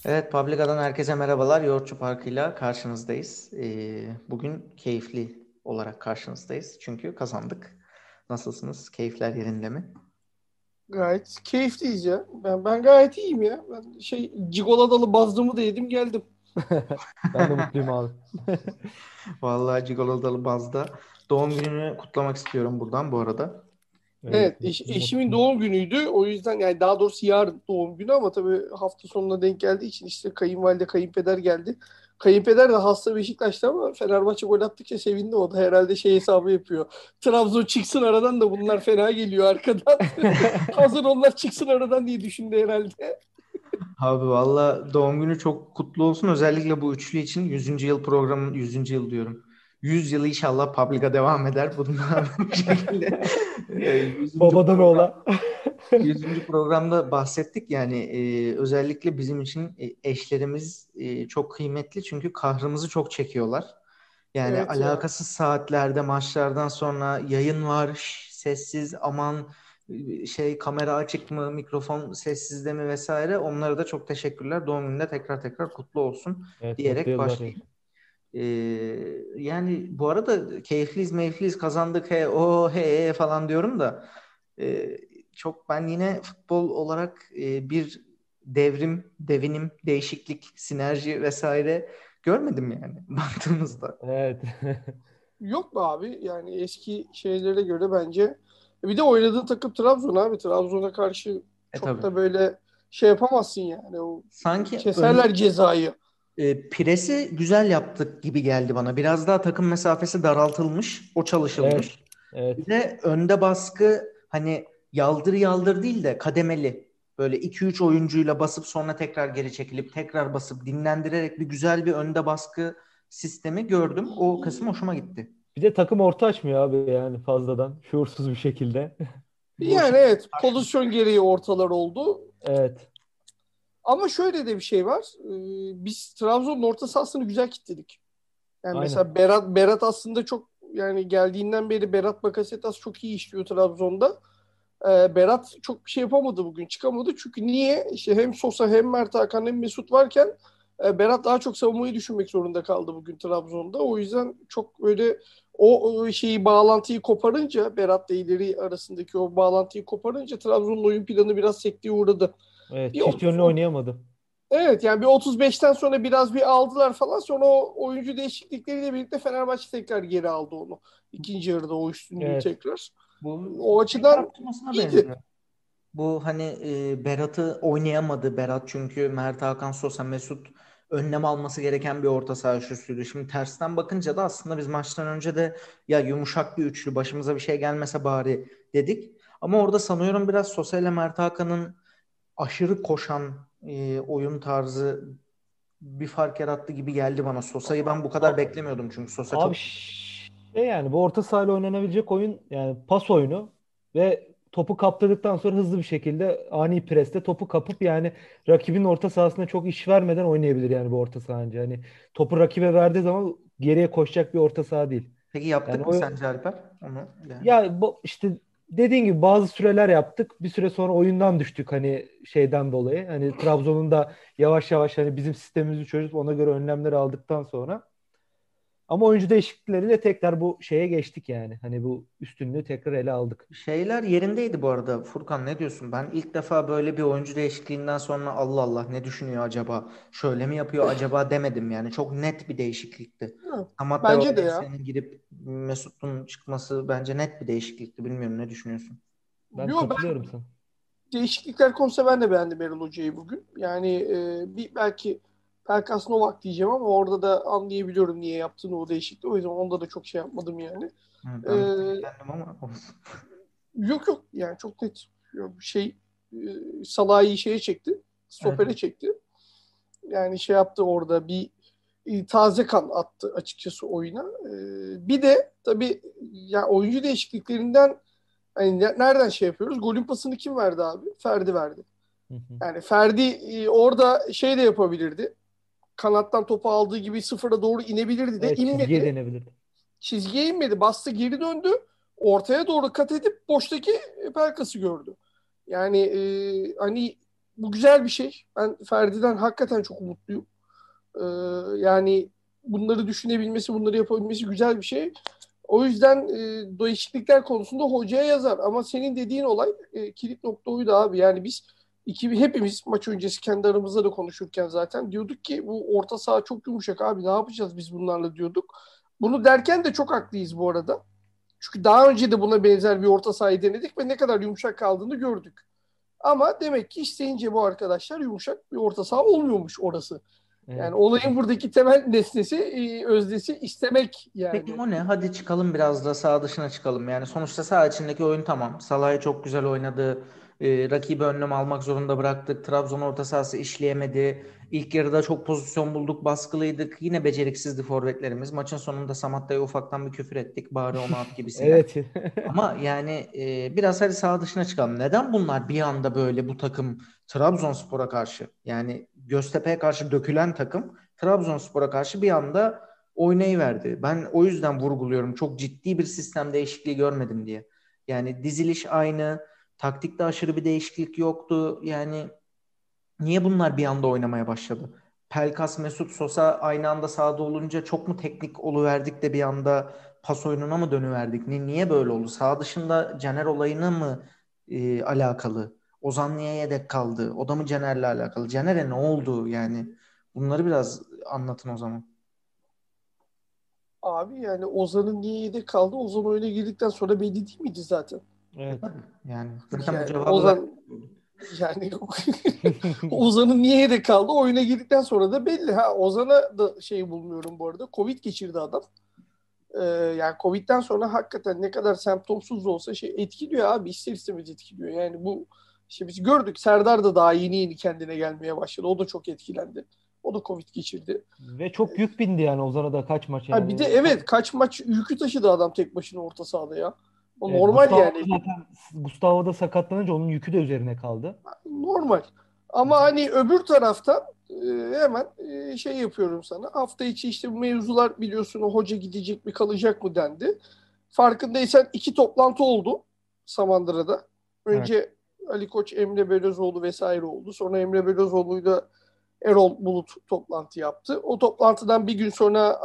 Evet, Publica'dan herkese merhabalar. Yoğurtçu Parkı'yla karşınızdayız. Bugün keyifli olarak karşınızdayız. Çünkü kazandık. Nasılsınız? Keyifler yerinde mi? Gayet keyifliyiz ya. Ben gayet iyiyim ya. Ben Cigoladalı bazlığımı da yedim geldim. Ben de mutluyum abi. Vallahi Cigolo'dalı bazda doğum gününü kutlamak istiyorum buradan bu arada. Ee, Evet, eşimin doğum günüydü. O yüzden yani daha doğrusu yarın doğum günü ama tabii hafta sonuna denk geldiği için işte kayınvalide, kayınpeder geldi. Kayınpeder de hasta Beşiktaş'ta ama Fenerbahçe gol attıkça sevindi. O da herhalde şey hesabı yapıyor. Trabzon çıksın aradan da bunlar fena geliyor arkadan. Hazır onlar çıksın aradan diye düşündü herhalde. Abi valla doğum günü çok kutlu olsun. Özellikle bu üçlü için 100. yıl programın 100. yıl diyorum. 100 yıl inşallah Publica devam eder. Bundan bu şekilde 100. Babadan program oğla. 100. programda bahsettik yani özellikle bizim için eşlerimiz çok kıymetli çünkü kahrımızı çok çekiyorlar. Yani Evet ya. alakasız saatlerde maçlardan sonra yayın var, sessiz aman kamera açık mı, mikrofon sessizde mi vesaire. Onlara da çok teşekkürler. Doğum gününde tekrar tekrar kutlu olsun Evet, mutlu diyerek yıllar. başlayayım. E, Yani bu arada keyifliyiz meyifliyiz kazandık he o he falan diyorum da e, çok ben yine futbol olarak bir devinim, değişiklik, sinerji vesaire görmedim yani baktığımızda. Evet. Yok mu abi? Yani eski şeylere göre bence. Bir de oynadığın takım Trabzon abi. Trabzon'a karşı çok Tabii. da böyle şey yapamazsın yani. O Sanki keserler cezayı. presi güzel yaptık gibi geldi bana. Biraz daha takım mesafesi daraltılmış, o Evet. çalışılmış. Bir Evet. de önde baskı hani yaldır yaldır değil de kademeli. Böyle iki üç oyuncuyla basıp sonra tekrar geri çekilip tekrar basıp dinlendirerek bir güzel bir önde baskı sistemi gördüm. O kısım hoşuma gitti. Bir de takım orta açmıyor abi yani fazladan. Şuursuz bir şekilde. Bu Yani şey evet pozisyon gereği ortalar oldu. Evet. Ama şöyle de bir şey var. Biz Trabzon'un orta sahasını güzel kilitledik. Yani Aynen. mesela Berat aslında çok yani geldiğinden beri Berat Bakasetas çok iyi işliyor Trabzon'da. Berat çok bir şey yapamadı bugün. Çıkamadı. Çünkü niye? İşte hem Sosa hem Mert Hakan hem Mesut varken Berat daha çok savunmayı düşünmek zorunda kaldı bugün Trabzon'da. O yüzden çok böyle o şeyi bağlantıyı koparınca Berat'la ileri arasındaki o bağlantıyı koparınca Trabzon'un oyun planı biraz sekteye uğradı. Evet. Bir Çift 30, yönlü oynayamadı. evet yani bir 35'ten sonra biraz bir aldılar falan. Sonra o oyuncu değişiklikleriyle birlikte Fenerbahçe tekrar geri aldı onu. İkinci yarıda o üstünlüğü Evet. tekrar. bu O şey açıdan tartışmasına iyiydi. benziyor. Bu hani Berat'ı oynayamadı. Berat çünkü Mert Hakan Sosa Mesut önlem alması gereken bir orta saha üçlüsüydü. Şimdi tersten bakınca da aslında biz maçtan önce de ya yumuşak bir üçlü başımıza bir şey gelmese bari dedik. Ama orada sanıyorum biraz Sosa ile Mert Hakan'ın aşırı koşan oyun tarzı bir fark yarattı gibi geldi bana. Sosa'yı ben bu kadar A- beklemiyordum çünkü Sosa Abi çok yani bu orta sahayla oynanabilecek oyun yani pas oyunu ve topu kaptırdıktan sonra hızlı bir şekilde ani preste topu kapıp yani rakibin orta sahasına çok iş vermeden oynayabilir yani bu orta saha anca. Yani topu rakibe verdiği zaman geriye koşacak bir orta saha değil. Peki Yani yaptık mı o sence Alper? Onu yani. ya bu, işte dediğin gibi bazı süreler yaptık. Bir süre sonra oyundan düştük hani şeyden dolayı. Hani Trabzon'un da yavaş yavaş hani bizim sistemimizi çözüp ona göre önlemleri aldıktan sonra ama oyuncu değişiklikleriyle tekrar bu şeye geçtik yani. Hani bu üstünlüğü tekrar ele aldık. Şeyler yerindeydi bu arada. Furkan ne diyorsun? Ben ilk defa böyle bir oyuncu değişikliğinden sonra Allah Allah ne düşünüyor acaba? Şöyle mi yapıyor acaba demedim yani. Çok net bir değişiklikti. Hı. Amatör Bence de ya. Valencia'nın girip Mesut'un çıkması bence net bir değişiklikti. Bilmiyorum ne düşünüyorsun? Ben Yo, ben katılıyorum sana. değişiklikler konusunda ben de beğendim Erol Hoca'yı bugün. Yani bir belki Pelkas Novak diyeceğim ama orada da anlayabiliyorum niye yaptığını o değişikliği. O yüzden onda da çok şey yapmadım yani. Hı, E, ben bir sinirlendim ama olsun. Yok yok yani çok net. Salah'ı şeye çekti. Evet. Stopere çekti. Yani şey yaptı orada bir taze kan attı açıkçası oyuna. Bir de tabii ya oyuncu değişikliklerinden hani nereden şey yapıyoruz? Golün pasını kim verdi abi? Ferdi verdi. Hı hı. Yani Ferdi orada şey de yapabilirdi. Kanattan topu aldığı gibi sıfıra doğru inebilirdi de Evet, çizgiye inmedi. denebilirdi. Çizgiye inmedi. Bastı geri döndü. Ortaya doğru kat edip boştaki Pelkas'ı gördü. Yani hani bu güzel bir şey. Ben Ferdi'den hakikaten çok umutluyum. Ee, Yani bunları düşünebilmesi, bunları yapabilmesi güzel bir şey. O yüzden değişiklikler konusunda hocaya yazar. Ama senin dediğin olay kilit nokta oydu abi. Yani biz hepimiz maç öncesi kendi aramızda da konuşurken zaten diyorduk ki bu orta saha çok yumuşak abi, ne yapacağız biz bunlarla diyorduk. Bunu derken de çok haklıyız bu arada. Çünkü daha önce de buna benzer bir orta sahayı denedik ve ne kadar yumuşak kaldığını gördük. Ama demek ki isteyince bu arkadaşlar yumuşak bir orta saha olmuyormuş orası. Evet. Yani olayın buradaki temel nesnesi, öznesi istemek Peki yani. o ne? Hadi çıkalım biraz da saha dışına çıkalım. Yani sonuçta saha içindeki oyun tamam. Salah'ı çok güzel oynadı. Rakibi önlem almak zorunda bıraktık. Trabzon orta sahası işleyemedi. İlk yarıda çok pozisyon bulduk, baskılıydık. Yine beceriksizdi forvetlerimiz. Maçın sonunda Samatta'ya ufaktan bir küfür ettik. Bari onu at gibisinden. Evet. Ama yani biraz hadi saha dışına çıkalım. Neden bunlar bir anda böyle bu takım Trabzonspor'a karşı yani Göztepe'ye karşı dökülen takım Trabzonspor'a karşı bir anda oynayıverdi. Ben o yüzden vurguluyorum. Çok ciddi bir sistem değişikliği görmedim diye. Yani diziliş aynı. Taktikte aşırı bir değişiklik yoktu. Yani niye bunlar bir anda oynamaya başladı? Pelkas, Mesut, Sosa aynı anda sahada olunca çok mu teknik oluverdik de bir anda pas oyununa mı dönüverdik? Niye böyle oldu? Sağ dışında Caner olayına mı alakalı? Ozan niye yedek kaldı? O da mı Caner'le alakalı? Caner'e ne oldu yani? Bunları biraz anlatın o zaman. Abi yani Ozan'ın niye yedek kaldı? Ozan oyuna girdikten sonra belli değil miydi zaten? Evet. Tabii. Yani zaten bu Yani cevabı ver. Ozan yani Ozan'ın niye yedek kaldı? Oyuna girdikten sonra da belli. Ha, Ozan'a da şey bulmuyorum bu arada. Covid geçirdi adam. Yani Covid'den sonra hakikaten ne kadar semptomsuz da olsa şey etkiliyor abi. İster istemez etkiliyor. Yani bu işte biz gördük. Serdar da daha yeni yeni kendine gelmeye başladı. O da çok etkilendi. O da Covid geçirdi. Ve çok yük bindi yani Ozan'a da kaç maç Ha bir de yani. evet, kaç maç yükü taşıdı adam tek başına orta sahada ya. O Evet, normal yani. Gustavo da sakatlanınca onun yükü de üzerine kaldı. Normal. Ama hani öbür taraftan hemen şey yapıyorum sana. Hafta içi işte bu mevzular biliyorsun, o hoca gidecek mi kalacak mı dendi. Farkındaysan 2 toplantı oldu Samandıra'da. Evet. Önce Ali Koç, Emre Belözoğlu vesaire oldu. Sonra Emre Belözoğlu'yla Erol Bulut toplantı yaptı. O toplantıdan bir gün sonra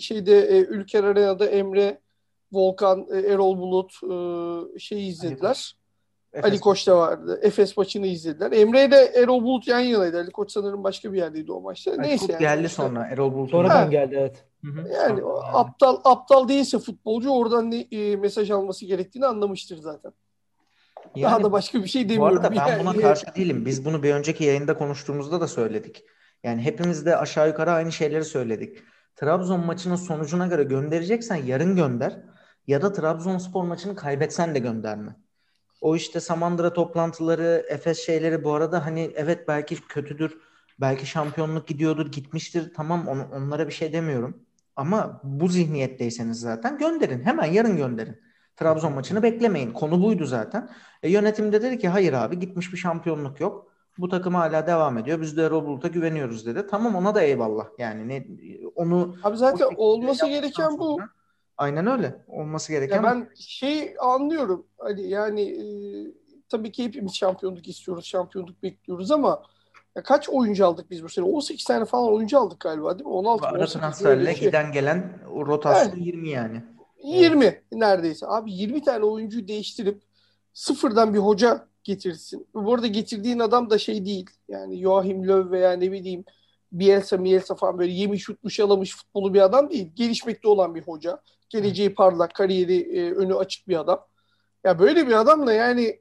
Ülker Arena'da Emre, Volkan, Erol Bulut şey Ali Koç. izlediler. Ali Efes. Koç da vardı. Efes maçını izlediler. Emre ile Erol Bulut yan yanaydı. Ali Koç sanırım başka bir yerdeydi o maçta. Ali Neyse Koç yani geldi işte. sonra. Erol Bulut'un Sonradan yanına. Ha, geldi, evet. Hı hı. yani Sonradan geldi. aptal değilse futbolcu oradan ne mesaj alması gerektiğini anlamıştır zaten. Daha Yani da başka bir şey bu demiyorum arada ben buna yani. karşı değilim. Biz bunu bir önceki yayında konuştuğumuzda da söyledik. Yani hepimiz de aşağı yukarı aynı şeyleri söyledik. Trabzon maçının sonucuna göre göndereceksen yarın gönder. Ya da Trabzonspor maçını kaybetsen de gönderme. O işte Samandıra toplantıları, Efes şeyleri bu arada hani evet belki kötüdür. Belki şampiyonluk gidiyordur, gitmiştir. Tamam onlara bir şey demiyorum. Ama bu zihniyetteyseniz zaten gönderin. Hemen yarın gönderin. Trabzon Kesinlikle. maçını beklemeyin. Konu buydu zaten. Yönetim de dedi ki hayır abi gitmiş bir şampiyonluk yok. Bu takım hala devam ediyor. Biz de Erol Bulut'a güveniyoruz dedi. Tamam ona da eyvallah. Yani onu Abi o zaten şekilde olması yaptıktan gereken sonra bu. aynen öyle. Olması Ya gereken bu. ben şey anlıyorum. Hani yani tabii ki hepimiz şampiyonluk istiyoruz, şampiyonluk bekliyoruz ama ya kaç oyuncu aldık biz bu sene? 18 tane falan oyuncu aldık galiba, değil mi? 16 mı, Ara 18 mi, öyle bir transferle şey. giden gelen o rotasyon Yani 20 yani. Evet. 20 neredeyse. Abi 20 tane oyuncuyu değiştirip sıfırdan bir hoca getirsin. Bu arada getirdiğin adam da şey değil. Yani Joachim Löw veya ne bileyim Bielsa falan böyle yemiş yutmuş yalamış futbolu bir adam değil. Gelişmekte olan bir hoca. Geleceği parlak, kariyeri önü açık bir adam. Ya böyle bir adamla yani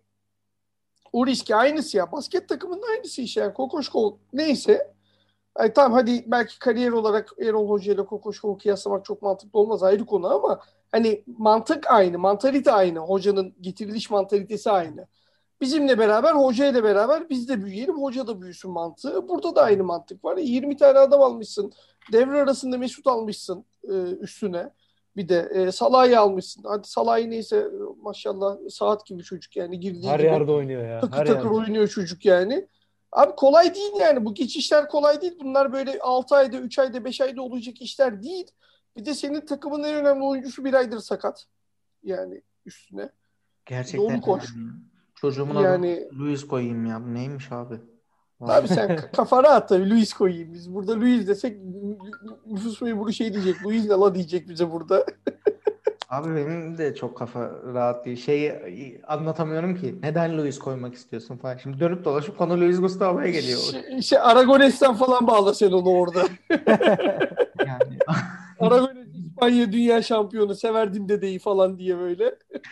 o riski aynısı ya. Basket takımının aynısı işte. Yani Kokoşkov neyse. Ay, tamam hadi belki kariyer olarak Erol Hoca ile Kokoşkov'u kıyaslamak çok mantıklı olmaz, ayrı konu, ama hani mantık aynı, mantalite aynı. Hocanın getiriliş mantalitesi aynı. Bizimle beraber, hoca ile beraber biz de büyüyelim, hoca da büyüsün mantığı. Burada da aynı mantık var. 20 tane adam almışsın. Devre arasında Mesut almışsın üstüne. Bir de Salah'ı almışsın. Hadi Salah'ı neyse, maşallah saat gibi çocuk yani, girdiği Her gibi yerde oynuyor ya. takır Her takır yerde. oynuyor çocuk yani. Abi kolay değil yani. Bu geçişler kolay değil. Bunlar böyle 6 ayda, 3 ayda, 5 ayda olacak işler değil. Bir de senin takımın en önemli oyuncusu bir aydır sakat. Yani üstüne. Bir de Gerçekten onu koş. yani. Çocuğumun adını Yani Luis koyayım ya. Bu neymiş abi? Abi sen kafa rahat tabii, Luis koyayım. Biz burada Luis desek nüfus memuru şey diyecek. Luis ne la diyecek bize burada. Abi benim de çok kafa rahat değil. Şeyi anlatamıyorum ki. Neden Luis koymak istiyorsun falan. Şimdi dönüp dolaşıp konu Luis Gustavo'ya geliyor. Aragones'ten falan bağla sen onu orada. Yani Aragones İspanya dünya şampiyonu, severdim dedeyi falan diye böyle.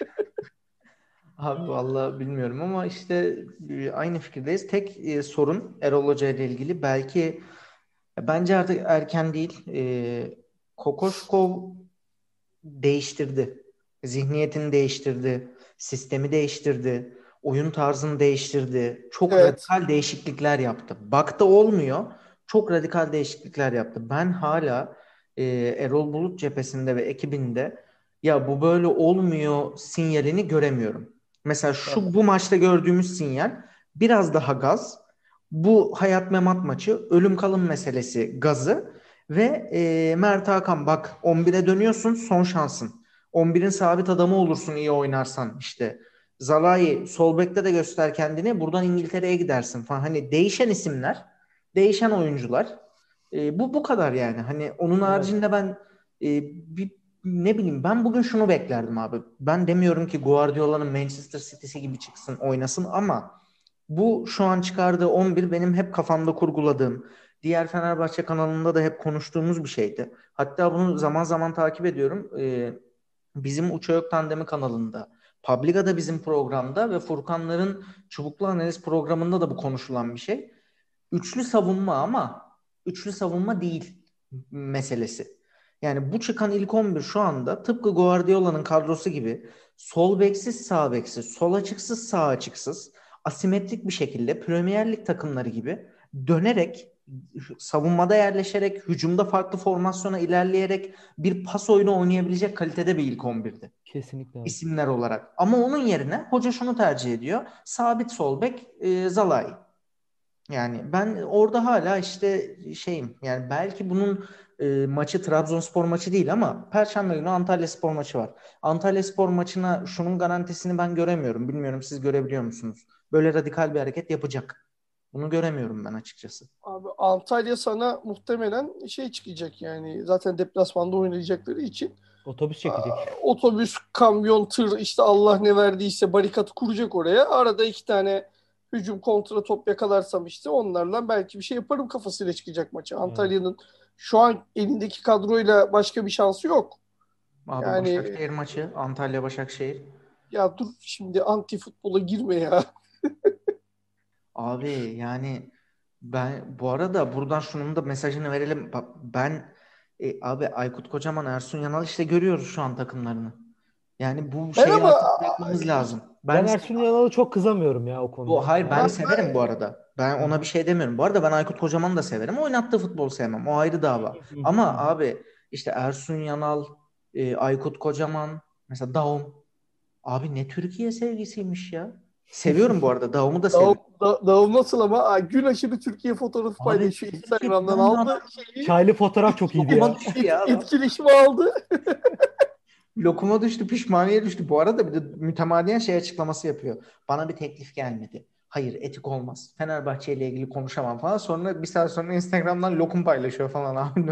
abi vallahi bilmiyorum ama işte aynı fikirdeyiz. Tek sorun Erol Hoca ile ilgili belki bence artık erken değil. Kokoşkov değiştirdi. Zihniyetini değiştirdi. Sistemi değiştirdi. Oyun tarzını değiştirdi. Çok Evet. radikal değişiklikler yaptı. Baktı olmuyor. Çok radikal değişiklikler yaptı. Ben hala Erol Bulut cephesinde ve ekibinde ya bu böyle olmuyor sinyalini göremiyorum. Mesela bu maçta gördüğümüz sinyal biraz daha gaz. Bu hayat memat maçı, ölüm kalım meselesi gazı ve Mert Hakan bak 11'e dönüyorsun son şansın. 11'in sabit adamı olursun iyi oynarsan işte. Zalai sol bekte de göster kendini. Buradan İngiltere'ye gidersin falan. Hani değişen isimler, değişen oyuncular. Bu kadar yani. Hani onun Evet. haricinde ben bir ne bileyim ben bugün şunu beklerdim abi. Ben demiyorum ki Guardiola'nın Manchester City'si gibi çıksın, oynasın ama bu şu an çıkardığı 11 benim hep kafamda kurguladığım, diğer Fenerbahçe kanalında da hep konuştuğumuz bir şeydi. Hatta bunu zaman zaman takip ediyorum. Bizim Uça Yok Tandemi kanalında, Publica'da bizim programda ve Furkanların Çubuklu Analiz programında da bu konuşulan bir şey. Üçlü savunma ama üçlü savunma değil meselesi. Yani bu çıkan ilk 11 şu anda tıpkı Guardiola'nın kadrosu gibi sol beksiz sağ beksiz, sol açıksız sağ açıksız, asimetrik bir şekilde Premier Lig takımları gibi dönerek, savunmada yerleşerek, hücumda farklı formasyona ilerleyerek bir pas oyunu oynayabilecek kalitede bir ilk 11'di. Kesinlikle abi. İsimler olarak. Ama onun yerine hoca şunu tercih ediyor. Sabit sol bek Zalai. Yani ben orada hala işte şeyim yani belki bunun maçı Trabzonspor maçı değil ama Perşembe günü Antalyaspor maçı var. Antalyaspor maçına şunun garantisini ben göremiyorum. Bilmiyorum siz görebiliyor musunuz? Böyle radikal bir hareket yapacak. Bunu göremiyorum ben açıkçası. Abi Antalya sana muhtemelen şey çıkacak yani. Zaten deplasmanda oynayacakları için. Otobüs çekecek. Otobüs, kamyon, tır işte Allah ne verdiyse barikatı kuracak oraya. Arada iki tane hücum kontra top yakalarsam işte onlarla belki bir şey yaparım kafasıyla çıkacak maça. Evet. Antalya'nın şu an elindeki kadroyla başka bir şansı yok. Abi Yani Başakşehir maçı, Antalya Başakşehir. ya dur şimdi anti futbola girme ya. Abi yani ben bu arada buradan şunun da mesajını verelim. Bak ben abi Aykut Kocaman, Ersun Yanal işte görüyoruz şu an takımlarını. Yani bu Ben şeyi ama artık bırakmamız lazım. Ben Ben Ersun Yanal'a çok kızamıyorum ya o konuda. hayır ben Yani, severim bu arada. Ben ona bir şey demiyorum. Bu arada ben Aykut Kocaman'ı da severim. Oynattığı futbol sevmem. O ayrı dava. Ama abi işte Ersun Yanal, Aykut Kocaman, mesela Daum. Abi ne Türkiye sevgisiymiş ya. Seviyorum bu arada. Daum'u da seviyorum. Dağım nasıl ama gün aşırı Türkiye fotoğrafı Abi paylaşıyor Instagram'dan gerçekten de aldı adam şeyi, Çaylı fotoğraf çok iyiydi lokuma ya. düştü ya adam. etkileşimi aldı. Lokuma düştü, pişmaniye düştü. Bu arada bir de mütemadiyen şey açıklaması yapıyor. Bana bir teklif gelmedi. Hayır, etik olmaz. Fenerbahçe ile ilgili konuşamam falan. Sonra bir saat sonra Instagram'dan lokum paylaşıyor falan abi.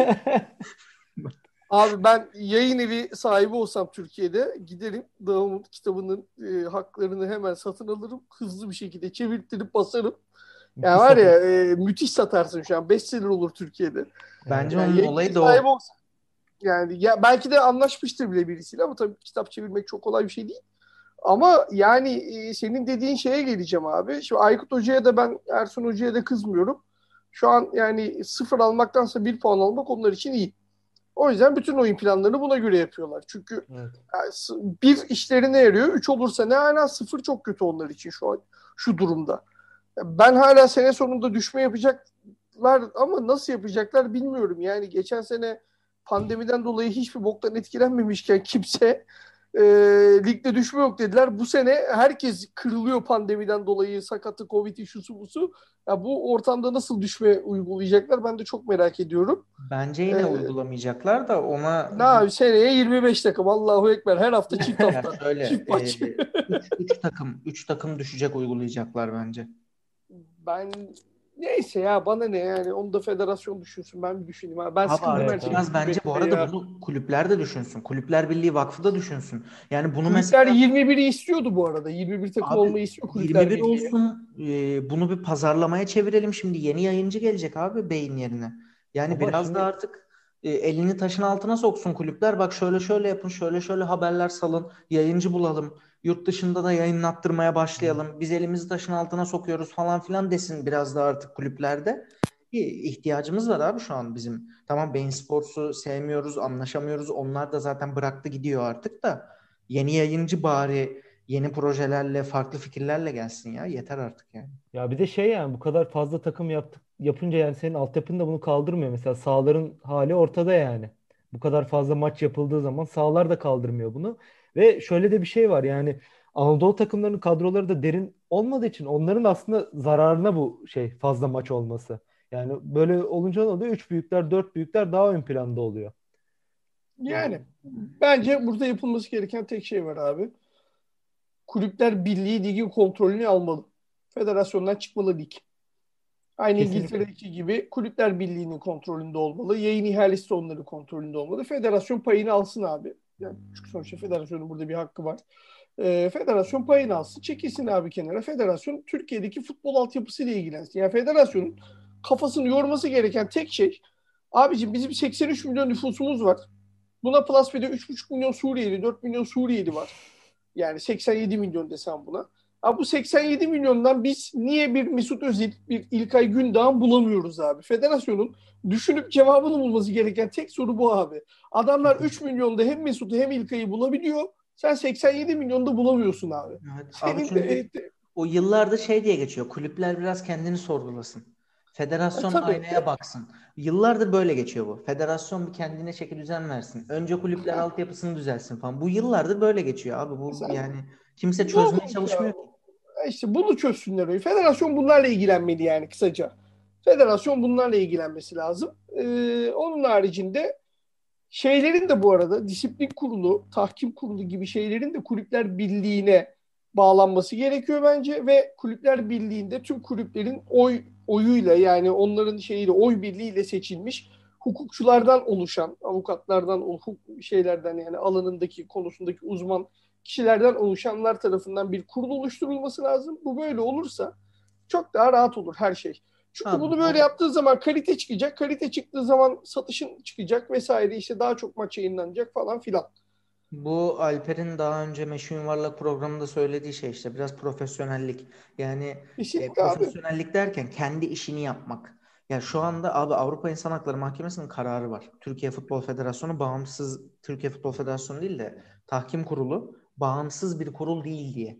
Abi ben yayın evi sahibi olsam Türkiye'de giderim Dağım'ın kitabının haklarını hemen satın alırım. Hızlı bir şekilde çevirttirip basarım. Yani var ya müthiş satarsın şu an. Bestseller olur Türkiye'de. Bence Yani onun yayın olayı evi da sahibi o. olsam yani ya belki de anlaşmıştır bile birisiyle ama tabii kitap çevirmek çok kolay bir şey değil. Ama yani senin dediğin şeye geleceğim abi. Şimdi Aykut Hoca'ya da ben Ersun Hoca'ya da kızmıyorum. Şu an yani 0 almaktansa 1 puan almak onlar için iyi. O yüzden bütün oyun planlarını buna göre yapıyorlar. Çünkü Evet. yani bir işlerine yarıyor. 3 olursa ne hala 0 çok kötü onlar için şu durumda. Ben hala sene sonunda düşme yapacaklar ama nasıl yapacaklar bilmiyorum. Yani geçen sene pandemiden dolayı hiçbir boktan etkilenmemişken kimse ligde düşme yok dediler. Bu sene herkes kırılıyor pandemiden dolayı sakatı, Covid'i, şusu busu. Ya bu ortamda nasıl düşme uygulayacaklar ben de çok merak ediyorum. Bence yine uygulamayacaklar da ona Ne abi seneye 25 takım Allahu Ekber her hafta çift ya hafta şöyle çift maç. 3 takım düşecek uygulayacaklar bence. Ben neyse ya, bana ne yani, onu da federasyon düşünsün, ben bir düşüneyim abi. Ben Abi sıkıldım her artık şeyin biraz bence bu hükümette arada ya. bunu kulüpler de düşünsün. Kulüpler Birliği Vakfı da düşünsün. Yani bunu Kulüpler mesela 21'i istiyordu bu arada. 21 takım abi olmayı istiyor Kulüpler 21 Birliği. olsun, bunu bir pazarlamaya çevirelim. Şimdi yeni yayıncı gelecek abi beyin yerine. Yani Ama biraz da şimdi artık elini taşın altına soksun kulüpler. Bak şöyle şöyle yapın, şöyle şöyle haberler salın, yayıncı bulalım. Yurt dışında da yayınlattırmaya başlayalım. Biz elimizi taşın altına sokuyoruz falan filan desin biraz da artık kulüplerde. İhtiyacımız var abi şu an bizim. Tamam, bein sporsu sevmiyoruz, anlaşamıyoruz. Onlar da zaten bıraktı gidiyor artık da. Yeni yayıncı bari yeni projelerle, farklı fikirlerle gelsin ya. Yeter artık yani. ya bir de şey, yani bu kadar fazla takım yapınca yani senin altyapın da bunu kaldırmıyor. Mesela sahaların hali ortada yani. Bu kadar fazla maç yapıldığı zaman sahalar da kaldırmıyor bunu. Ve şöyle de bir şey var yani, Anadolu takımlarının kadroları da derin olmadığı için onların aslında zararına bu şey, fazla maç olması. Yani böyle olunca ne oluyor? Üç büyükler, dört büyükler daha ön planda oluyor. Yani bence burada yapılması gereken tek şey var abi. Kulüpler Birliği ligin kontrolünü almalı. Federasyondan çıkmalı lig. Aynı Kesinlikle. İngiltere'deki gibi Kulüpler Birliği'nin kontrolünde olmalı. Yayın ihalesi de onların kontrolünde olmalı. Federasyon payını alsın abi. Yani çünkü sonuçta federasyonun burada bir hakkı var. Federasyon payını alsın. Çekilsin abi kenara. Federasyon Türkiye'deki futbol altyapısıyla ilgilensin. Yani federasyonun kafasını yorması gereken tek şey, abicim bizim 83 milyon nüfusumuz var. Buna plus bir de 3,5 milyon Suriyeli, 4 milyon Suriyeli var. Yani 87 milyon desem buna. Abi bu 87 milyondan biz niye bir Mesut Özil, bir İlkay Gündoğan bulamıyoruz abi? Federasyonun düşünüp cevabını bulması gereken tek soru bu abi. Adamlar 3 milyonda hem Mesut'u hem İlkay'ı bulabiliyor. Sen 87 milyonda bulamıyorsun abi. Evet. Abi Senin çünkü o yıllarda şey diye geçiyor. Kulüpler biraz kendini sorgulasın. Federasyon tabii. aynaya baksın. Yıllardır böyle geçiyor bu. Federasyon bir kendine çeki düzen versin. Önce kulüpler altyapısını düzelsin falan. Bu yıllardır böyle geçiyor abi. Bu Mesela yani kimse ne çözmeye olmuş ya? çalışmıyor ki. İşte bunu çözsünler. Federasyon bunlarla ilgilenmeli yani kısaca. Federasyon bunlarla ilgilenmesi lazım. Onun haricinde şeylerin de bu arada disiplin kurulu, tahkim kurulu gibi şeylerin de Kulüpler Birliği'ne bağlanması gerekiyor bence ve Kulüpler Birliği'nde tüm kulüplerin oyuyla, yani onların şeyiyle, oy birliğiyle seçilmiş hukukçulardan oluşan, avukatlardan, hukuk şeylerden, yani alanındaki, konusundaki uzman kişilerden oluşanlar tarafından bir kurul oluşturulması lazım. Bu böyle olursa çok daha rahat olur her şey. Çünkü Abi bunu böyle bu yaptığı zaman kalite çıkacak. Kalite çıktığı zaman satışın çıkacak vesaire, işte daha çok maç yayınlanacak falan filan. Bu Alper'in daha önce Meşhur Yuvarlak programında söylediği şey işte biraz profesyonellik. Yani Kesinlikle abi. profesyonellik derken kendi işini yapmak. Ya şu anda abi Avrupa İnsan Hakları Mahkemesi'nin kararı var. Türkiye Futbol Federasyonu bağımsız, Türkiye Futbol Federasyonu değil de tahkim kurulu bağımsız bir kurul değil diye.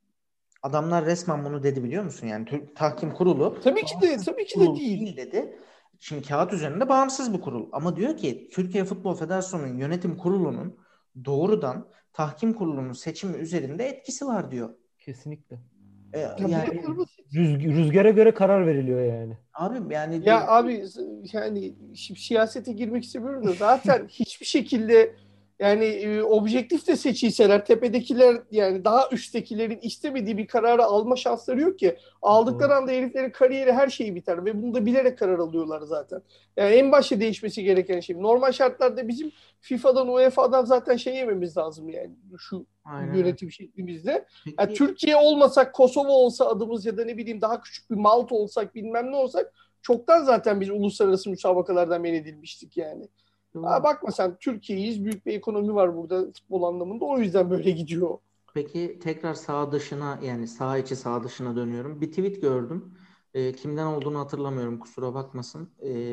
Adamlar resmen bunu dedi, biliyor musun? Yani tahkim kurulu Tabii ki de, bağımsız bir tabii ki de kurul değil. değil dedi. Şimdi kağıt üzerinde bağımsız bir kurul. Ama diyor ki Türkiye Futbol Federasyonu'nun yönetim kurulunun doğrudan tahkim kurulunun seçimi üzerinde etkisi var diyor. Kesinlikle. Ya bu Yani kadar basit. Rüzgara göre karar veriliyor yani. abi yani Ya abi, yani şimdi siyasete girmek istemiyorum da zaten hiçbir şekilde, yani objektif de seçilseler tepedekiler, yani daha üsttekilerin istemediği bir kararı alma şansları yok ki. Doğru. Aldıkları anda heriflerin kariyeri, her şeyi biter ve bunu da bilerek karar alıyorlar zaten. Yani en başta değişmesi gereken şey. Normal şartlarda bizim FIFA'dan, UEFA'dan zaten şey yememiz lazım yani, şu aynen öyle. yönetim şeklimizde. Yani Peki Türkiye olmasak, Kosova olsa adımız, ya da ne bileyim daha küçük bir Malta olsak, bilmem ne olsak, çoktan zaten biz uluslararası müsabakalardan men edilmiştik yani. Ha, doğru. bakma sen, Türkiye'yiz. Büyük bir ekonomi var burada futbol anlamında. O yüzden böyle gidiyor. Peki tekrar sağ dışına, yani sağ içi sağ dışına dönüyorum. Bir tweet gördüm. Kimden olduğunu hatırlamıyorum, kusura bakmasın.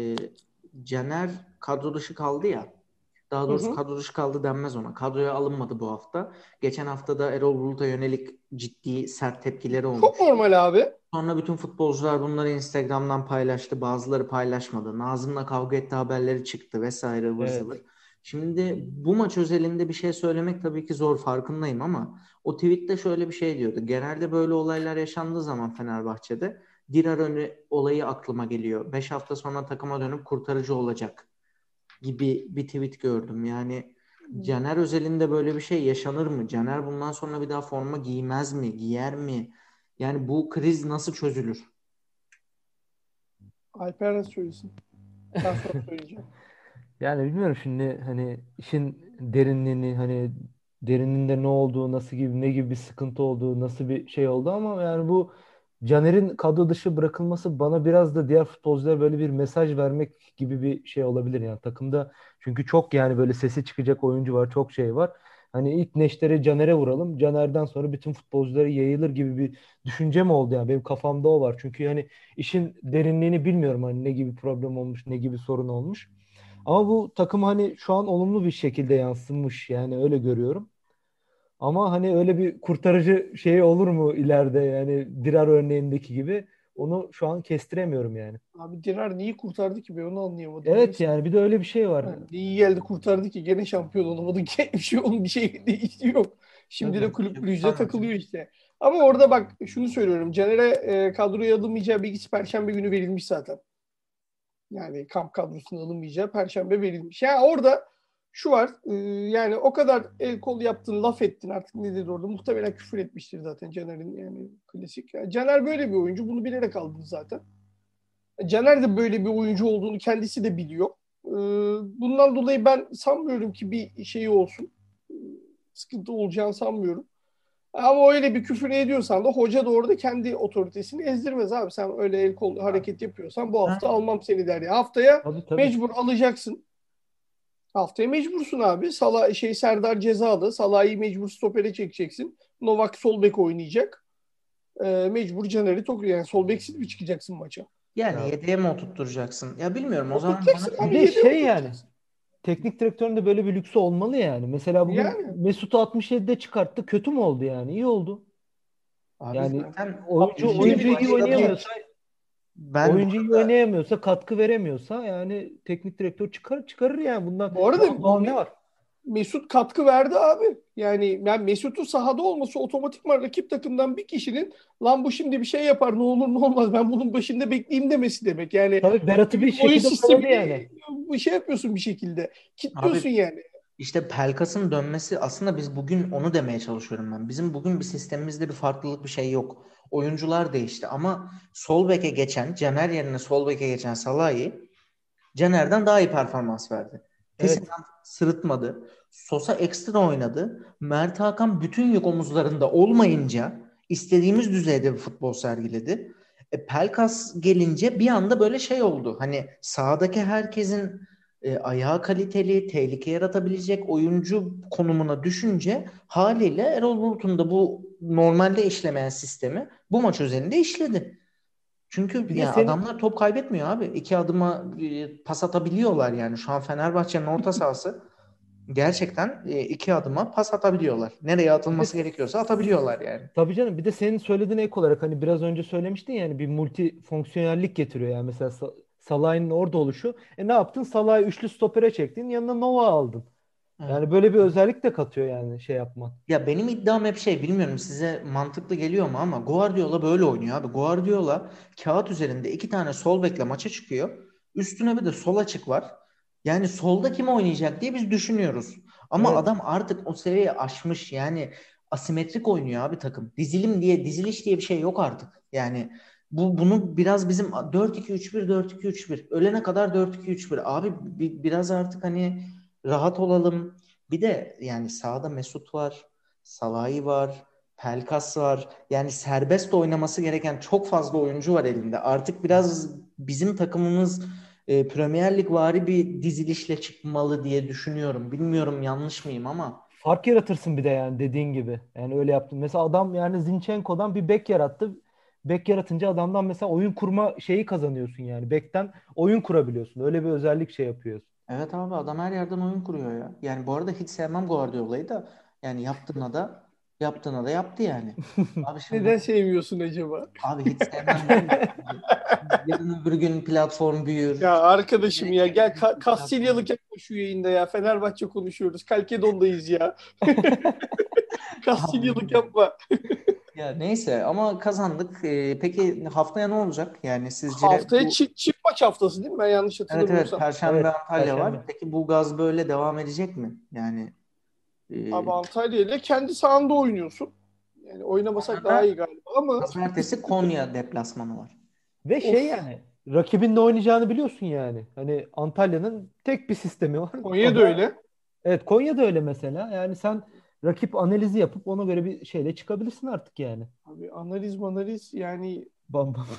Caner kadro dışı kaldı ya. Daha Hı doğrusu hı. kadro dışı kaldı denmez ona. Kadroya alınmadı bu hafta. Geçen hafta da Erol Bulut'a yönelik ciddi sert tepkileri Çok olmuştu. normal abi. Sonra bütün futbolcular bunları Instagram'dan paylaştı. Bazıları paylaşmadı. Nazım'la kavga etti haberleri çıktı vesaire ıvır Evet. zıvır. Şimdi bu maç özelinde bir şey söylemek tabii ki zor, farkındayım, ama o tweette şöyle bir şey diyordu. Genelde böyle olaylar yaşandığı zaman Fenerbahçe'de Dirar Önü olayı aklıma geliyor. 5 hafta sonra takıma dönüp kurtarıcı olacak gibi bir tweet gördüm. Yani Caner özelinde böyle bir şey yaşanır mı? Caner bundan sonra bir daha forma giymez mi? Giyer mi? Yani bu kriz nasıl çözülür? Alper nasıl söylesin? Ben sonra söyleyeceğim. Yani bilmiyorum şimdi hani işin derinliğini hani derinliğinde ne olduğu, nasıl gibi ne gibi bir sıkıntı olduğu, nasıl bir şey oldu ama yani bu Caner'in kadro dışı bırakılması bana biraz da diğer futbolculara böyle bir mesaj vermek gibi bir şey olabilir yani takımda. Çünkü çok yani böyle sesi çıkacak oyuncu var, çok şey var. Hani ilk neşteri Caner'e vuralım. Caner'den sonra bütün futbolculara yayılır gibi bir düşünce mi oldu yani benim kafamda o var. Çünkü yani işin derinliğini bilmiyorum hani ne gibi problem olmuş, ne gibi sorun olmuş. Ama bu takım hani şu an olumlu bir şekilde yansımış yani öyle görüyorum. Ama hani öyle bir kurtarıcı şey olur mu ileride yani Dirar örneğindeki gibi onu şu an kestiremiyorum yani. Abi Dirar neyi kurtardı ki, ben onu anlayamadım. Evet Neyse. yani bir de öyle bir şey var. Yani iyi geldi kurtardı ki gene şampiyon olamadı. Gene bir şey, onun bir şey değişti yok. Şimdi de Tabii. kulüp Şey kulübüne kurtarmadı. takılıyor işte. Ama orada bak şunu söylüyorum. Caner'e kadroya alınmayacağı bilgisi Perşembe günü verilmiş zaten. Yani kamp kadrosuna alınmayacağı Perşembe verilmiş. Yani orada şu var. Yani o kadar el kol yaptın, laf ettin, artık ne dedi orada. Muhtemelen küfür etmiştir zaten Caner'in, yani klasik. Yani Caner böyle bir oyuncu. Bunu bilerek aldın zaten. Caner de böyle bir oyuncu olduğunu kendisi de biliyor. Bundan dolayı ben sanmıyorum ki bir şeyi olsun. Sıkıntı olacağını sanmıyorum. Ama öyle bir küfür ediyorsan da hoca da orada kendi otoritesini ezdirmez abi. Sen öyle el kol hareket yapıyorsan bu hafta Ha, almam seni der ya. Haftaya Tabii tabii. mecbur alacaksın. Haftaya mecbursun abi. Serdar cezalı. Salah'ı mecbur stopere çekeceksin. Novak sol bek oynayacak. Mecbur Caner'i yani sol beksiz mi çıkacaksın maça? yani Ya, yedeğe mi oturtturacaksın? Ya bilmiyorum, o zaman bana Oturtacaksın bir abi, de yedi şey yani oturtacaksın. teknik direktörün de böyle bir lüksü olmalı yani. Mesela bugün Yani Mesut'u 67'de çıkarttı. Kötü mü oldu yani? İyi oldu. abi Yani zaten oyuncu yeni oyuncu bir iyi başladı. oynayamıyorsa ben bu oyuncu iyi arada oynayamıyorsa, katkı veremiyorsa yani teknik direktör çıkarır yani bundan Bu arada doğal ne var? Mesut katkı verdi abi. Yani Mesut'un sahada olması otomatikman rakip takımdan bir kişinin lan bu şimdi bir şey yapar, ne olur ne olmaz ben bunun başında bekleyeyim demesi demek. Yani Tabii Berat'ı bir rakibin oyun şekilde oyaladı yani. sistemini bir şey yapıyorsun bir şekilde. abi Kitliyorsun yani. işte Pelkas'ın dönmesi, aslında biz bugün onu demeye çalışıyorum ben. Bizim bugün bir sistemimizde bir farklılık, bir şey yok. Oyuncular değişti ama sol beke geçen, Caner yerine sol beke geçen Salah'ı Caner'den daha iyi performans verdi. Evet. Tesinden sırıtmadı. Sosa ekstra oynadı. Mert Hakan bütün yük omuzlarında olmayınca istediğimiz düzeyde bir futbol sergiledi. Pelkas gelince bir anda böyle şey oldu. Hani sahadaki herkesin ayağı kaliteli, tehlike yaratabilecek oyuncu konumuna düşünce haliyle Erol Bulut'un da bu normalde işlemeyen sistemi bu maç özelinde işledi. Çünkü Bir de yani senin adamlar top kaybetmiyor abi. İki adıma pas atabiliyorlar yani. Şu an Fenerbahçe'nin orta sahası gerçekten iki adıma pas atabiliyorlar. Nereye bir de atılması gerekiyorsa atabiliyorlar yani. tabii canım bir de senin söylediğin ek olarak hani biraz önce söylemiştin yani bir multi fonksiyonellik getiriyor yani mesela Salah'ın orada oluşu. Ne yaptın? Salah'ı üçlü stopere çektin. Yanına Nova aldın. Evet. Yani böyle bir özellik de katıyor yani şey yapman. Ya benim iddiam hep şey, bilmiyorum size mantıklı geliyor mu ama Guardiola böyle oynuyor abi. Guardiola kağıt üzerinde iki tane sol bekle maça çıkıyor. Üstüne bir de sol açık var. Yani solda kim oynayacak diye biz düşünüyoruz. Ama Evet. adam artık o seviyeyi aşmış. Yani asimetrik oynuyor abi takım. Diziliş diye bir şey yok artık. Yani bunu biraz bizim 4-2-3-1 4-2-3-1 ölene kadar 4-2-3-1 abi, biraz artık hani rahat olalım. Bir de yani sahada Mesut var. Salahi var, Pelkas var. Yani serbest oynaması gereken çok fazla oyuncu var elinde. Artık biraz bizim takımımız Premier Lig vari bir dizilişle çıkmalı diye düşünüyorum. Bilmiyorum yanlış mıyım ama. Fark yaratırsın bir de yani dediğin gibi. Yani öyle yaptın. Mesela adam yani Zinchenko'dan bir bek yarattı. Bek yaratınca adamdan mesela oyun kurma şeyi kazanıyorsun yani. Bekten oyun kurabiliyorsun. Öyle bir özellik şey yapıyorsun. Evet abi, adam her yerden oyun kuruyor ya. Yani bu arada hiç sevmem Guardiola'yı da. Yani yaptığına da yaptı yani. Abi şimdi Neden bunu, sevmiyorsun acaba? abi hiç sevmem deme. Yarın öbür gün platform büyür. Ya arkadaşım ya gel Gerekli bir platform. Kastilyalık yapma şu yayında ya. Fenerbahçe konuşuyoruz. Kalkedon'dayız ya. Abi, Kastilyalık yapma. ya neyse ama kazandık. Peki haftaya ne olacak? Yani sizce Haftaya bu, çift maç haftası değil mi? Ben yanlış evet, hatırlamıyorsam. Perşembe Evet. Antalya var. Perşembe. Peki bu gaz böyle devam edecek mi? Yani Abi e, Antalya ile kendi sahanda oynuyorsun. Yani oynamasak sonra daha da iyi galiba ama pazartesi Konya deplasmanı var. Ve şey of. yani rakibin ne oynayacağını biliyorsun yani. Hani Antalya'nın tek bir sistemi var. O Konya da da öyle. evet, Konya da öyle mesela. Yani sen rakip analizi yapıp ona göre bir şeyle çıkabilirsin artık yani. Abi analiz yani Bam bam.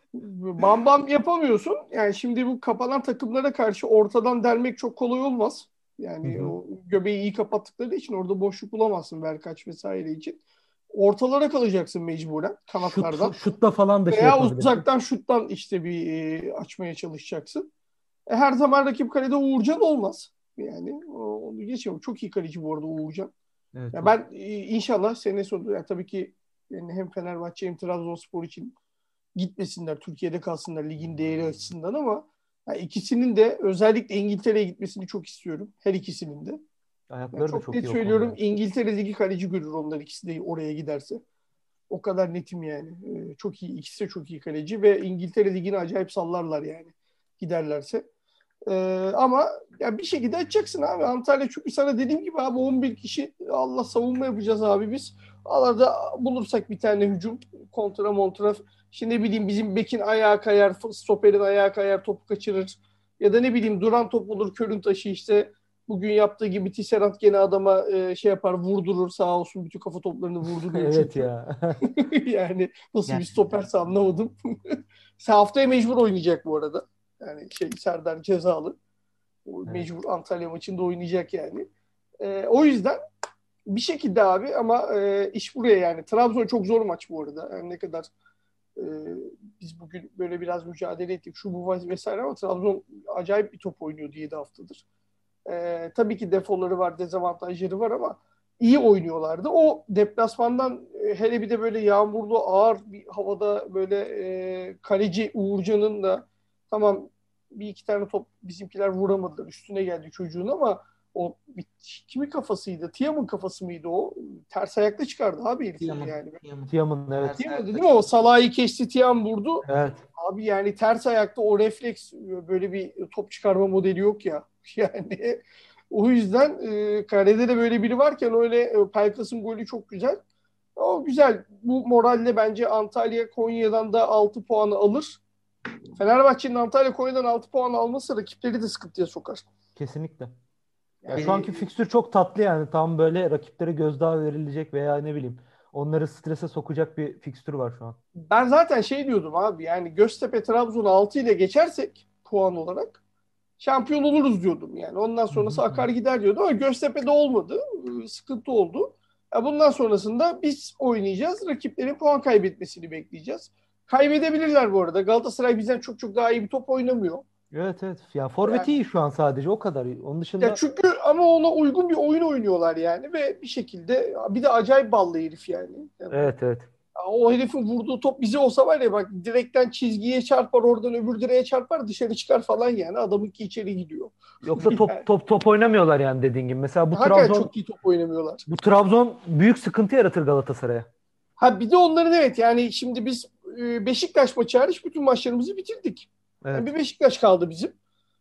bam bam yapamıyorsun. Yani şimdi bu kapanan takımlara karşı ortadan delmek çok kolay olmaz. Hı Yani hı. o göbeği iyi kapattıkları için orada boşluk bulamazsın Verkaç vesaire için. Ortalara kalacaksın mecburen kanatlardan. Şutta falan da şey Veya yapabilirsin. uzaktan şuttan işte bir açmaya çalışacaksın. Her zaman rakip kalede Uğurcan olmaz. Yani onu geçiyorum. Çok iyi kaleci bu arada Uğurcan. Evet. Ya ben inşallah sene sonu yani tabii ki yani hem Fenerbahçe hem Trabzonspor için gitmesinler, Türkiye'de kalsınlar ligin değeri açısından ama yani ikisinin de özellikle İngiltere'ye gitmesini çok istiyorum. Her ikisinin de. Yani Ayakları da çok çok net iyi o konuda. söylüyorum İngiltere Ligi kaleci görür onlar ikisi de oraya giderse. O kadar netim yani. Çok iyi. İkisi de çok iyi kaleci ve İngiltere Ligi'ni acayip sallarlar yani giderlerse. Ama ya bir şekilde açacaksın abi. Antalya çünkü sana dediğim gibi abi 11 kişi Allah savunma yapacağız abi biz. Arada bulursak bir tane hücum kontra montra işte ne bileyim bizim bekin ayağa kayar, stoperin ayağa kayar, topu kaçırır. Ya da ne bileyim duran top olur, körün taşı işte bugün yaptığı gibi Tisserand gene adama şey yapar, vurdurur sağ olsun bütün kafa toplarını vurduruyor Evet çünkü. ya. Yani nasıl bir Gerçekten. stoperse anlamadım. Haftaya mecbur oynayacak bu arada. Yani şey Serdar cezalı. Evet. Mecbur Antalya maçında oynayacak yani. O yüzden bir şekilde abi ama iş buraya yani. Trabzon çok zor maç bu arada. Yani ne kadar e, biz bugün böyle biraz mücadele ettik şu bu vesaire ama Trabzon acayip bir top oynuyordu 7 haftadır. Tabii ki defoları var, dezavantajları var ama iyi oynuyorlardı. O deplasmandan hele bir de böyle yağmurlu ağır bir havada böyle kaleci Uğurcan'ın da tamam bir iki tane top bizimkiler vuramadılar. Üstüne geldi çocuğun ama o kimin kafasıydı? Tiam'ın kafası mıydı o? Ters ayakta çıkardı abi herif onu Tiam'ın. yani. Tiam'ın evet. Ters Tiam'dı ayakta değil mi? O çıktı. Salah'ı kesti Tiam vurdu. Evet. Abi yani ters ayakta o refleks böyle bir top çıkarma modeli yok ya. Yani o yüzden kalede de böyle biri varken öyle Pelkas'ın golü çok güzel. O güzel. Bu moralle bence Antalya Konya'dan da 6 puanı alır. Fenerbahçe'nin Antalya Konya'dan 6 puan alması rakipleri de sıkıntıya sokar. Kesinlikle. Ya şu Yani anki fikstür çok tatlı yani. Tam böyle rakiplere gözdağı verilecek veya ne bileyim onları strese sokacak bir fikstür var şu an. ben zaten şey diyordum abi yani Göztepe Trabzon'u 6 ile geçersek puan olarak şampiyon oluruz diyordum yani. Ondan Hı hı sonrası hı. akar gider diyordum ama Göztepe'de olmadı. Sıkıntı oldu. Bundan sonrasında biz oynayacağız. Rakiplerin puan kaybetmesini bekleyeceğiz. Kaybedebilirler bu arada. Galatasaray bizden çok çok daha iyi bir top oynamıyor. Evet evet. Ya forveti Yani iyi şu an sadece o kadar. Onun ya dışında çünkü ama ona uygun bir oyun oynuyorlar yani ve bir şekilde bir de acayip ballı herif yani. Yani evet evet. o herifin vurduğu top bize olsa var ya bak direkten çizgiye çarpar oradan öbür direğe çarpar dışarı çıkar falan yani adamınki içeri gidiyor. Yoksa top Yani top top oynamıyorlar yani dediğin gibi. Mesela hakikaten çok iyi top oynamıyorlar. Bu Trabzon büyük sıkıntı yaratır Galatasaray'a. Ha bir de onların evet yani şimdi biz Beşiktaş maçı hariç bütün maçlarımızı bitirdik. Yani bir Evet. Beşiktaş kaldı bizim.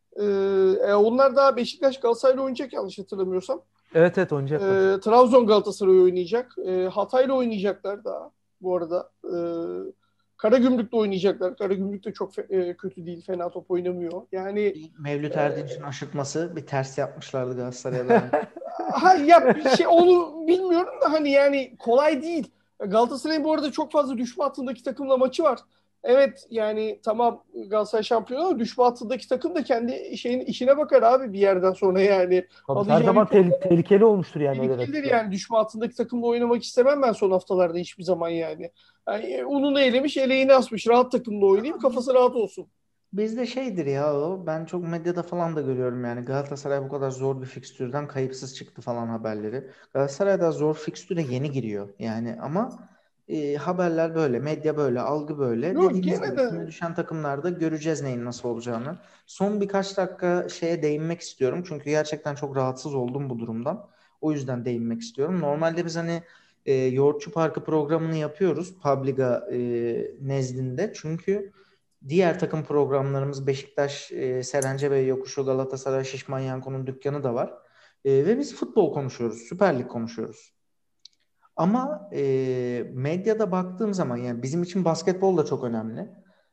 Onlar daha Beşiktaş Galatasaray'la oynayacak yanlış hatırlamıyorsam. Evet evet oynayacaklar. Trabzon Galatasaray oynayacak. Hatay'la oynayacaklar daha bu arada. Karagümrük'le oynayacaklar. Karagümrük de çok kötü değil. Fena top oynamıyor. Yani Bir Mevlüt e, Erdinç'in aşırtması bir ters yapmışlardı Galatasaray'a daha önce. ha ya bir şey onu bilmiyorum da hani yani kolay değil. Galatasaray'ın bu arada çok fazla düşme hattındaki takımla maçı var. Evet yani tamam Galatasaray şampiyon ama düşme hattındaki takım da kendi şeyin işine bakar abi bir yerden sonra yani. Tabii her Alacağı bir zaman puan tehlikeli olmuştur yani öyle tehlikelidir rakipler. yani. Düşme hattındaki takımla oynamak istemem ben son haftalarda hiçbir zaman yani. Yani ununu elemiş, eleğini asmış. Rahat takımla oynayayım, Ama kafası rahat olsun. bizde şeydir ya o. Ben çok medyada falan da görüyorum yani. Galatasaray bu kadar zor bir fikstürden kayıpsız çıktı falan haberleri. Galatasaray da zor fikstüre yeni giriyor. Yani ama haberler böyle, medya böyle, algı böyle. Yok Dediğiniz gene gibi küme de düşen takımlarda göreceğiz neyin nasıl olacağını. Son birkaç dakika şeye değinmek istiyorum. Çünkü gerçekten çok rahatsız oldum bu durumdan. O yüzden değinmek istiyorum. Normalde biz hani Yoğurtçu Parkı programını yapıyoruz Publiga nezdinde. Çünkü diğer takım programlarımız Beşiktaş, Serencebey Yokuşu, Galatasaray, Şişman Yanko'nun dükkanı da var. Ve biz futbol konuşuyoruz, Süper Lig konuşuyoruz. Ama medyada baktığım zaman yani bizim için basketbol da çok önemli.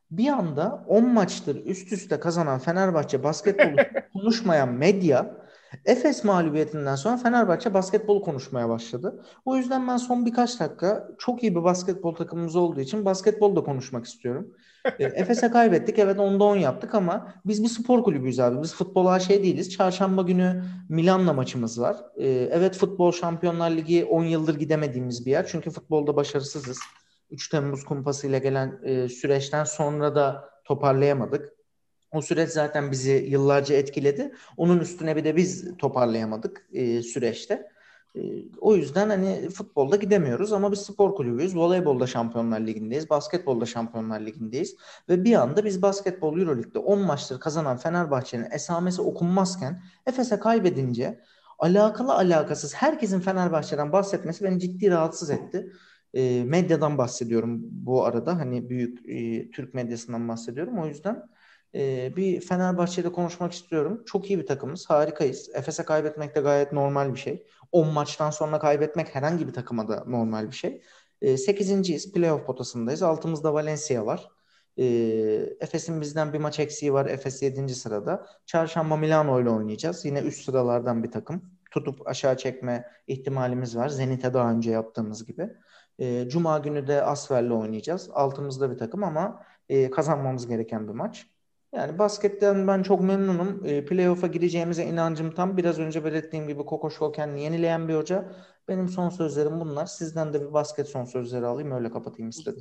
Bir anda 10 maçtır üst üste kazanan Fenerbahçe basketbolu konuşmayan medya Efes mağlubiyetinden sonra Fenerbahçe basketbolu konuşmaya başladı. O yüzden ben son birkaç dakika çok iyi bir basketbol takımımız olduğu için basketbol da konuşmak istiyorum. Efes'e kaybettik. Evet 10'da 10 yaptık ama biz bir spor kulübüyüz abi. Biz futbol AŞ değiliz. Çarşamba günü Milan'la maçımız var. Evet futbol Şampiyonlar Ligi 10 yıldır gidemediğimiz bir yer. Çünkü futbolda başarısızız. 3 Temmuz kumpasıyla gelen süreçten sonra da toparlayamadık. O süreç zaten bizi yıllarca etkiledi. Onun üstüne bir de biz toparlayamadık süreçte. O yüzden hani futbolda gidemiyoruz ama biz spor kulübüyüz. Voleybolda Şampiyonlar Ligi'ndeyiz. Basketbolda Şampiyonlar Ligi'ndeyiz. Ve bir anda biz basketbol Euroleague'de 10 maçtır kazanan Fenerbahçe'nin esamesi okunmazken Efes'e kaybedince alakalı alakasız herkesin Fenerbahçe'den bahsetmesi beni ciddi rahatsız etti. Medyadan bahsediyorum bu arada. Hani büyük Türk medyasından bahsediyorum. O yüzden bir Fenerbahçe'yle konuşmak istiyorum. Çok iyi bir takımız. Harikayız. Efes'e kaybetmek de gayet normal bir şey. 10 maçtan sonra kaybetmek herhangi bir takıma da normal bir şey. 8.'yiz. Playoff potasındayız. Altımızda Valencia var. Efes'in bizden bir maç eksiği var. Efes 7. sırada. Çarşamba Milano ile oynayacağız. Yine üst sıralardan bir takım. Tutup aşağı çekme ihtimalimiz var. Zenit'e daha önce yaptığımız gibi. Cuma günü de Asfer'le oynayacağız. Altımızda bir takım ama kazanmamız gereken bir maç. Yani basketten ben çok memnunum. Playoff'a gireceğimize inancım tam. Biraz önce belirttiğim gibi Koko Şoken'i yenileyen bir hoca. Benim son sözlerim bunlar. Sizden de bir basket son sözleri alayım. Öyle kapatayım istedim.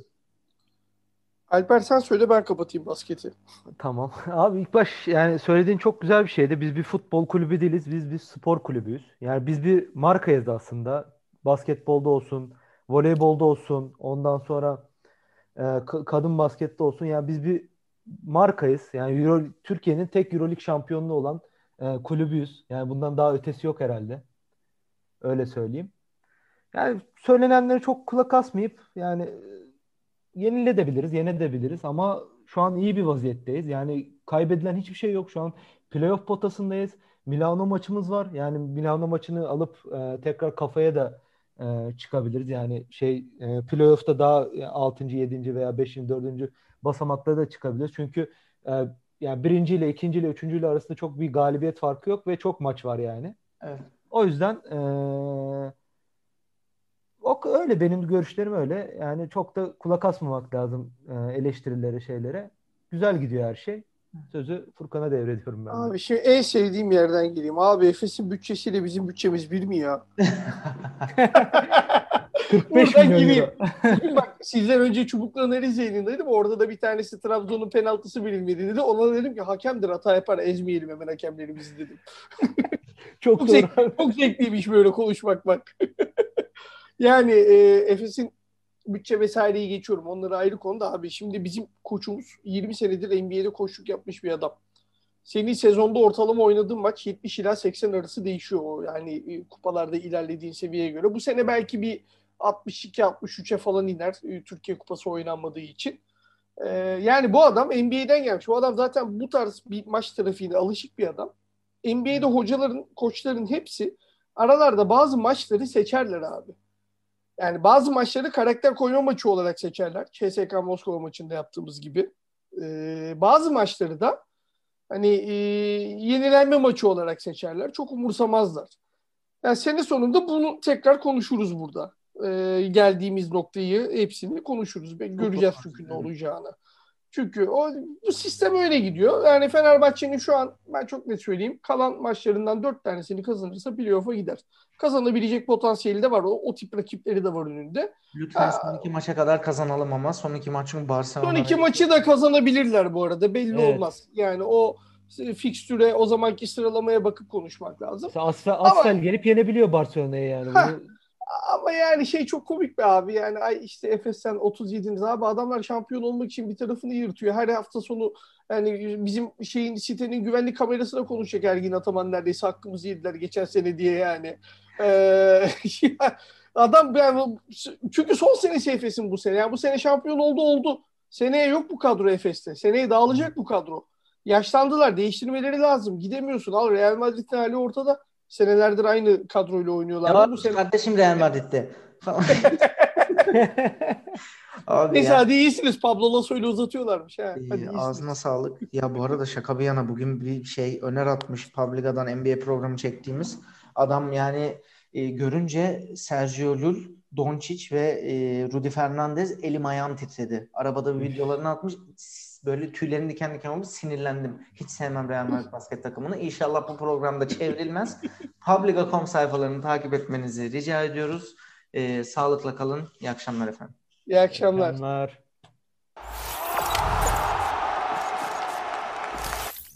Alper sen söyle, ben kapatayım basketi. Tamam. Abi ilk baş yani söylediğin çok güzel bir şeydi. Biz bir futbol kulübü değiliz. Biz bir spor kulübüyüz. Yani biz bir markayız aslında. Basketbolda olsun, voleybolda olsun, ondan sonra kadın baskette olsun. Yani biz bir markayız. Yani Türkiye'nin tek EuroLeague şampiyonluğu olan kulübüyüz. Yani bundan daha ötesi yok herhalde. Öyle söyleyeyim. Yani söylenenlere çok kulak asmayıp yani yenebiliriz ama şu an iyi bir vaziyetteyiz. Yani kaybedilen hiçbir şey yok. Şu an playoff potasındayız. Milano maçımız var. Yani Milano maçını alıp tekrar kafaya da çıkabiliriz. Yani playoff'ta daha 6. 7. veya 5. 4. basamaklara da çıkabiliriz. Çünkü yani birinci ile ikinci ile üçüncü ile arasında çok bir galibiyet farkı yok ve çok maç var yani. Evet. O yüzden öyle benim görüşlerim öyle. Yani çok da kulak asmamak lazım eleştirilere, şeylere. Güzel gidiyor her şey. Sözü Furkan'a devrediyorum ben de. Abi şimdi en sevdiğim yerden gireyim. Abi Efes'in bütçesiyle bizim bütçemiz bir mi ya? 45 Buradan milyon gireyim. euro. Şimdi bak, sizden önce Çubuklu Analiz yayınındaydım. Orada da bir tanesi Trabzon'un penaltısı verilmedi dedi. Ona dedim ki hakemdir, hata yapar, ezmeyelim hemen hakemlerimizi dedim. Çok doğru. Çok zevkliymiş böyle konuşmak bak. Yani Efes'in bütçe vesaireyi geçiyorum. Onları ayrı konuda abi. Şimdi bizim koçumuz 20 senedir NBA'de koçluk yapmış bir adam. Senin sezonda ortalama oynadığın maç 70 ila 80 arası değişiyor. O yani kupalarda ilerlediğin seviyeye göre. Bu sene belki bir 62-63'e falan iner. Türkiye Kupası oynanmadığı için. Yani bu adam NBA'den gelmiş. Bu adam zaten bu tarz bir maç trafiğine alışık bir adam. NBA'de hocaların, koçların hepsi aralarda bazı maçları seçerler abi. Yani bazı maçları karakter koyma maçı olarak seçerler. CSKA Moskova maçında yaptığımız gibi. Bazı maçları da hani yenilenme maçı olarak seçerler. Çok umursamazlar. Yani sene sonunda bunu tekrar konuşuruz burada. Geldiğimiz noktayı hepsini konuşuruz. Göreceğiz çünkü ne olacağını. Çünkü bu sistem öyle gidiyor. Yani Fenerbahçe'nin şu an ben çok net söyleyeyim, kalan maçlarından 4 tanesini kazanırsa playoff'a gider. Kazanabilecek potansiyeli de var. O tip rakipleri de var önünde. Lütfen son 2 maça kadar kazanalım ama son 2 maçın Barcelona. Son 2 maçı da kazanabilirler bu arada. Belli olmaz. Yani o fikstüre, o zamanki sıralamaya bakıp konuşmak lazım. Asfel gelip yenebiliyor Barcelona'ya yani. Ama yani çok komik be abi. Yani işte Efes'ten 37. abi adamlar şampiyon olmak için bir tarafını yırtıyor. Her hafta sonu yani bizim sitenin güvenlik kamerasına konuşacak Ergin Ataman, neredeyse hakkımızı yediler geçen sene diye yani. Adam yani, çünkü son senesi Efes'in bu sene. Yani bu sene şampiyon oldu. Seneye yok bu kadro Efes'te. Seneye dağılacak bu kadro. Yaşlandılar. Değiştirmeleri lazım. Gidemiyorsun. Al, Real Madrid'in hali ortada. Senelerdir aynı kadroyla oynuyorlar. Ne var bu sene kardeşim Real Madrid'de? Abi Neyse ya hadi iyisiniz. Pablo Lasso'yla uzatıyorlarmış. Ha. Hadi iyisiniz. ağzına sağlık. Ya bu arada şaka bir yana bugün bir şey öner atmış Publica'dan NBA programı çektiğimiz adam yani görünce Sergio Llull, Doncic ve Rudy Fernandez elim ayağım titredi. Arabada bir videolarını atmış. Böyle tüylerim diken diken olmuş. Sinirlendim. Hiç sevmem Real Madrid basket takımını. İnşallah bu programda çevrilmez. Publica.com sayfalarını takip etmenizi rica ediyoruz. Sağlıkla kalın. İyi akşamlar efendim. İyi akşamlar. Selamlar.